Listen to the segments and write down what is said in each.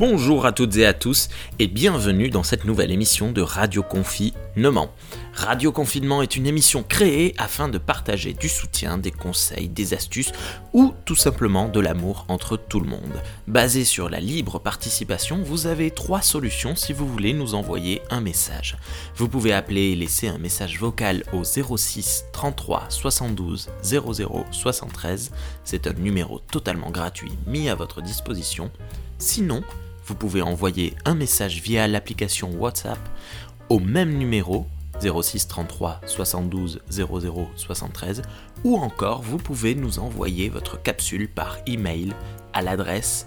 Bonjour à toutes et à tous et bienvenue dans cette nouvelle émission de Radio Confinement. Radio Confinement est une émission créée afin de partager du soutien, des conseils, des astuces ou tout simplement de l'amour entre tout le monde. Basée sur la libre participation, vous avez 3 solutions si vous voulez nous envoyer un message. Vous pouvez appeler et laisser un message vocal au 06 33 72 00 73. C'est un numéro totalement gratuit mis à votre disposition. Sinon, vous pouvez envoyer un message via l'application WhatsApp au même numéro 06 33 72 00 73 ou encore vous pouvez nous envoyer votre capsule par email à l'adresse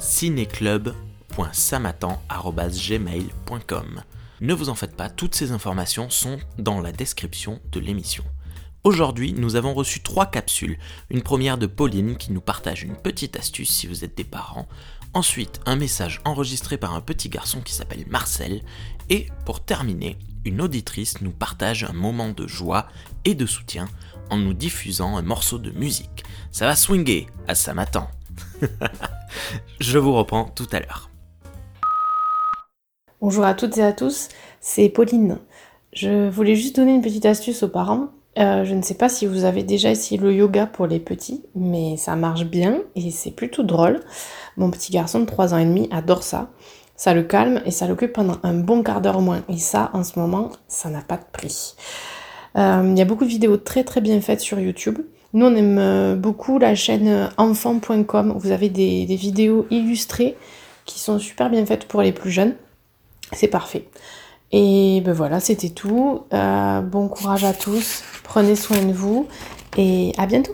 cineclub.samatan@gmail.com. Ne vous en faites pas, toutes ces informations sont dans la description de l'émission. Aujourd'hui, nous avons reçu 3 capsules. Une première de Pauline qui nous partage une petite astuce si vous êtes des parents. Ensuite, un message enregistré par un petit garçon qui s'appelle Marcel. Et pour terminer, une auditrice nous partage un moment de joie et de soutien en nous diffusant un morceau de musique. Ça va swinguer, à ça m'attend. Je vous reprends tout à l'heure. Bonjour à toutes et à tous, c'est Pauline. Je voulais juste donner une petite astuce aux parents. Je ne sais pas si vous avez déjà essayé le yoga pour les petits, mais ça marche bien et c'est plutôt drôle. Mon petit garçon de 3 ans et demi adore ça. Ça le calme et ça l'occupe pendant un bon quart d'heure au moins. Et ça, en ce moment, ça n'a pas de prix. Il y a beaucoup de vidéos très très bien faites sur YouTube. Nous, on aime beaucoup la chaîne enfant.com. Vous avez des vidéos illustrées qui sont super bien faites pour les plus jeunes. C'est parfait. Et ben voilà, c'était tout. Bon courage à tous. Prenez soin de vous et à bientôt.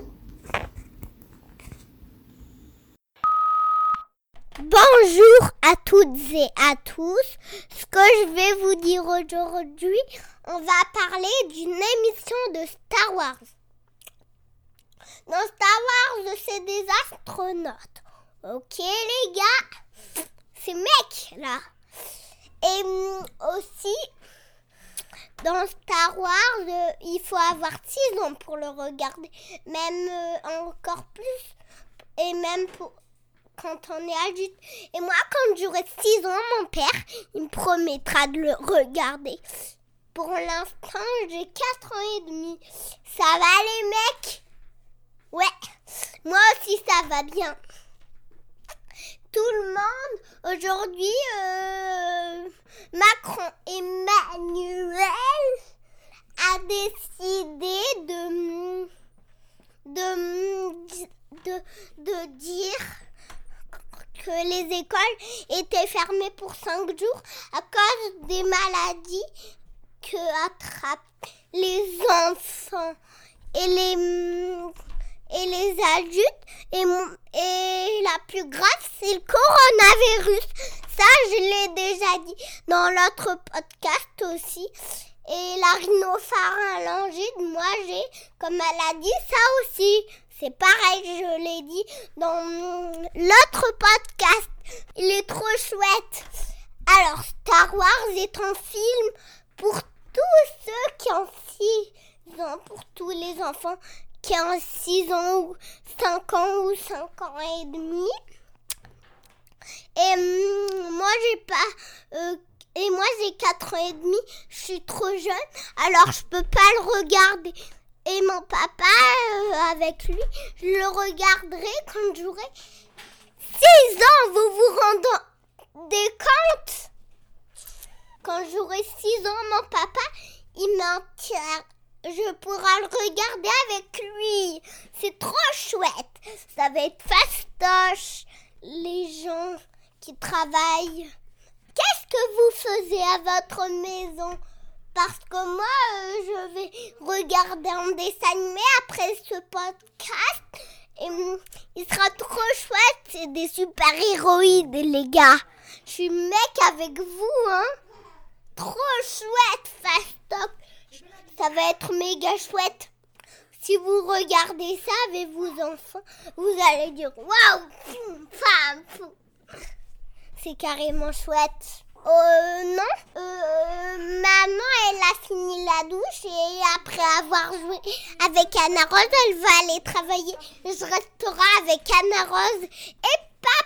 Bonjour à toutes et à tous. Ce que je vais vous dire aujourd'hui, on va parler d'une émission de Star Wars. Dans Star Wars, c'est des astronautes. Ok les gars, ces mecs là. Et aussi, dans Star Wars, il faut avoir 6 ans pour le regarder. Même encore plus. Et même quand on est adulte. Et moi, quand j'aurai 6 ans, mon père, il me promettra de le regarder. Pour l'instant, j'ai 4 ans et demi. Ça va les mecs? Ouais, moi aussi ça va bien. Tout le monde, aujourd'hui, Macron Emmanuel a décidé de dire que les écoles étaient fermées pour 5 jours à cause des maladies que attrapent les enfants et les adultes. Et la plus grave, c'est le coronavirus. Ça, je l'ai déjà dit dans l'autre podcast aussi. Et la rhinopharyngite, moi j'ai comme maladie ça aussi. C'est pareil, je l'ai dit dans l'autre podcast. Il est trop chouette. Alors, Star Wars est un film pour tous ceux qui ont 6 ans, pour tous les enfants qui ont 6 ans ou 5 ans ou 5 ans et demi. Et moi, j'ai 4 ans et demi. Je suis trop jeune, alors je peux pas le regarder. Et mon papa, avec lui, je le regarderai quand j'aurai 6 ans. Vous vous rendez compte? Quand j'aurai 6 ans, mon papa, il m'entire. Je pourrai le regarder avec lui. C'est trop chouette. Ça va être fastoche. Les gens qui travaillent. Qu'est-ce que vous faisiez à votre maison? Parce que moi, je vais regarder un dessin animé après ce podcast. Et il sera trop chouette. C'est des super-héroïdes, les gars. Je suis mec avec vous, hein. Trop chouette, fastoche. Ça va être méga chouette. Si vous regardez ça avec vos enfants, vous allez dire waouh, femme, c'est carrément chouette. Non. Maman, elle a fini la douche et après avoir joué avec Anna Rose, elle va aller travailler. Je resterai avec Anna Rose et